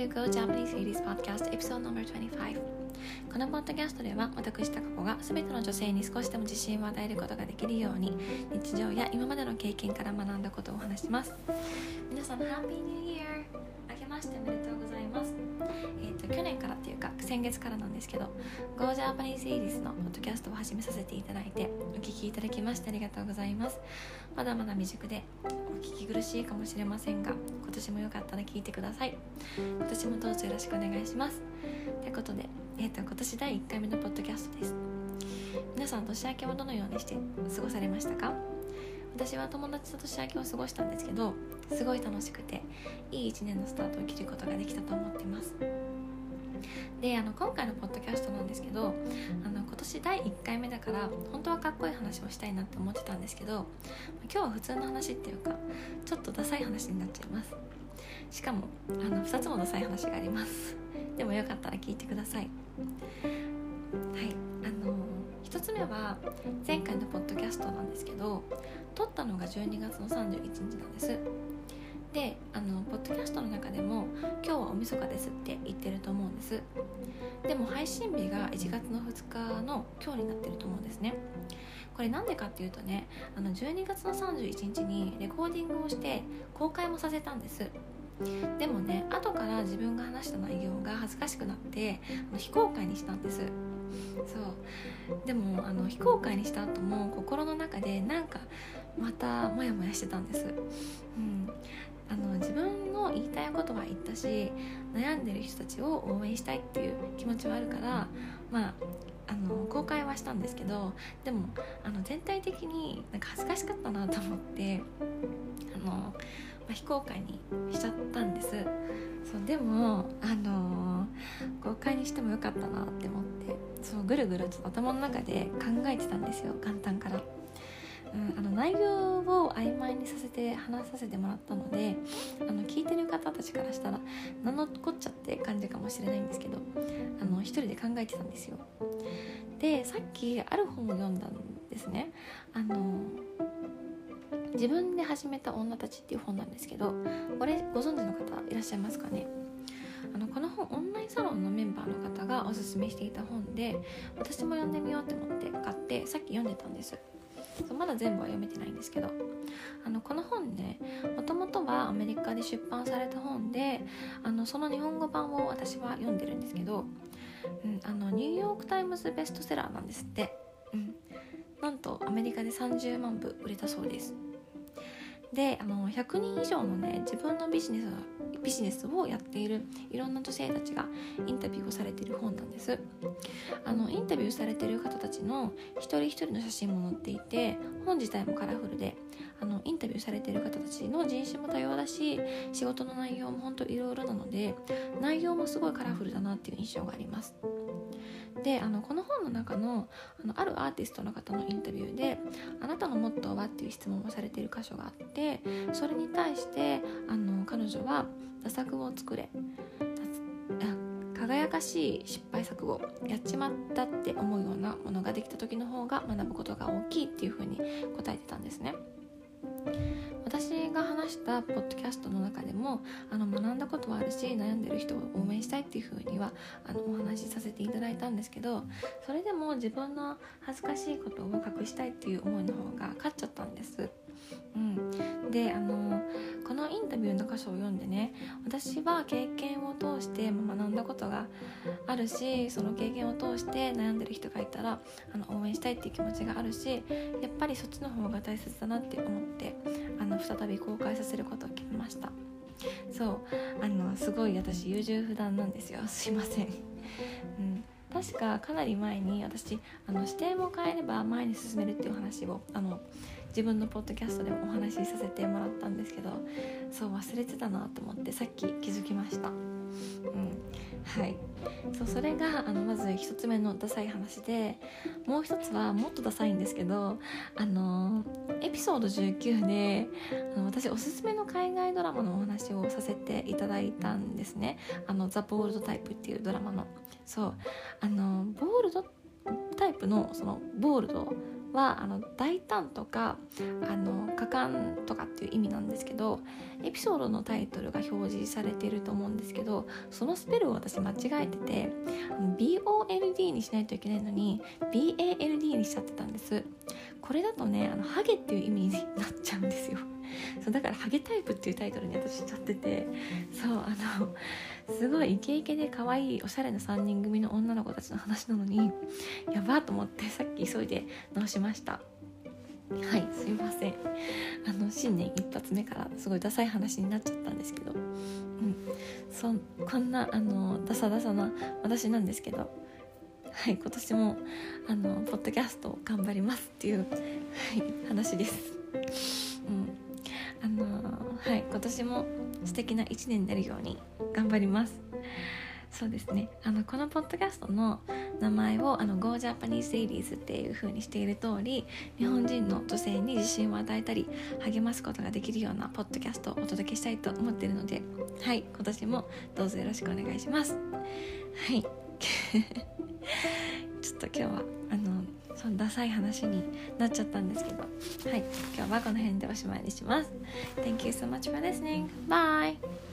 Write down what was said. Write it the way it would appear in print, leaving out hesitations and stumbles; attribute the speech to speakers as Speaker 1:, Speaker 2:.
Speaker 1: to Go Japanese Ladies Podcast Episode No.25。 このポッドキャストでは私タカ子が全ての女性に少しでも自信を与えることができるように日常や今までの経験から学んだことをお話します。皆さん Happy New Year！ 明けましておめでとうございます。去年からっていうか先月からなんですけど Go Japanese Ladies のポッドキャストを始めさせていただいてお聞きいただきましてありがとうございます。まだまだ未熟でお聞き苦しいかもしれませんが今年もよかったら聞いてください。今年もどうぞよろしくお願いします。ということで、今年第1回目のポッドキャストです。皆さん年明けはどのようにして過ごされましたか？私は友達と年明けを過ごしたんですけどすごい楽しくていい1年のスタートを切ることができたと思っています。で今回のポッドキャストなんですけど今年第1回目だから本当はかっこいい話をしたいなって思ってたんですけど今日は普通の話っていうかちょっとダサい話になっちゃいます。しかも2つもダサい話があります。でもよかったら聞いてください。はい1つ目は前回のポッドキャストなんですけど撮ったのが12月の31日なんです。でポッドキャストの中でも今日はおみそかですって言ってると思うんです。でも配信日が1月の2日の今日になってると思うんですね。これなんでかっていうとね12月の31日にレコーディングをして公開もさせたんです。でもね後から自分が話した内容が恥ずかしくなって非公開にしたんです。そうでも非公開にした後も心の中でなんかまたモヤモヤしてたんです。自分の言いたいことは言ったし悩んでる人たちを応援したいっていう気持ちはあるから公開はしたんですけどでも全体的になんか恥ずかしかったなと思って非公開にしちゃったんです。そうでも公開にしてもよかったなって思ってそうぐるぐると頭の中で考えてたんですよ元旦から。内容を曖昧に話させてもらったので聞いてる方たちからしたら何のこっちゃって感じかもしれないんですけど一人で考えてたんですよ。でさっきある本を読んだんですね。自分で始めた女たちっていう本なんですけどこれご存知の方いらっしゃいますかね？この本オンラインサロンのメンバーの方がおすすめしていた本で私も読んでみようと思って買ってさっき読んでたんです。まだ全部は読めてないんですけどこの本ねもともとはアメリカで出版された本でその日本語版を私は読んでるんですけど、ニューヨークタイムズベストセラーなんですって、なんとアメリカで30万部売れたそうです。で100人以上のね自分のビジネスをやっているいろんな女性たちがインタビューをされている本なんです。インタビューされている方たちの一人一人の写真も載っていて本自体もカラフルでインタビューされている方たちの人種も多様だし仕事の内容も本当いろいろなので内容もすごいカラフルだなっていう印象があります。でこの本の中のあるアーティストの方のインタビューであなたのモットーはっていう質問をされている箇所があってそれに対して彼女は打作を作れ輝かしい失敗作をやっちまったって思うようなものができた時の方が学ぶことが大きいっていうふうに答えてたんですね。私が話したポッドキャストの中でも学んだことはあるし悩んでる人を応援したいっていう風にはお話しさせていただいたんですけどそれでも自分の恥ずかしいことを隠したいっていう思いの方が勝っちゃったんです。でこのインタビューの箇所を読んでね私は経験を通して学んだことがあるしその経験を通して悩んでる人がいたら応援したいっていう気持ちがあるしやっぱりそっちの方が大切だなって思って再び公開させることを決めました。そうすごい私優柔不断なんですよ。すいません。確かかなり前に私視点を変えれば前に進めるっていう話を自分のポッドキャストでもお話しさせてもらったんですけど忘れてたなと思ってさっき気づきました。それがまず一つ目のダサい話でもう一つはもっとダサいんですけどエピソード19で私おすすめの海外ドラマのお話をさせていただいたんですね。ザ・ボールドタイプっていうドラマのボールドタイプのそのボールドは大胆とか果敢とかっていう意味なんですけど、エピソードのタイトルが表示されていると思うんですけど、そのスペルを私間違えててBOLD にしないといけないのに BALD にしちゃってたんです。これだとねハゲっていう意味になっちゃうんですよ。そうだからハゲタイプっていうタイトルに私しちゃってて、そうすごいイケイケで可愛いおしゃれな3人組の女の子たちの話なのにやばーと思ってさっき急いで直しました。はい、すいません。新年一発目からすごいダサい話になっちゃったんですけど、こんなダサダサな私なんですけど、はい、今年もポッドキャストを頑張りますっていう、はい、話です。はい、今年も素敵な1年になるように頑張ります。そうですね、このポッドキャストの名前をGo Japanese Ladiesっていう風にしている通り、日本人の女性に自信を与えたり励ますことができるようなポッドキャストをお届けしたいと思っているので、はい、今年もどうぞよろしくお願いします。はいちょっと今日はそのダサい話になっちゃったんですけど、はい、今日はこの辺でおしまいにします。 Thank you so much for listening. Bye.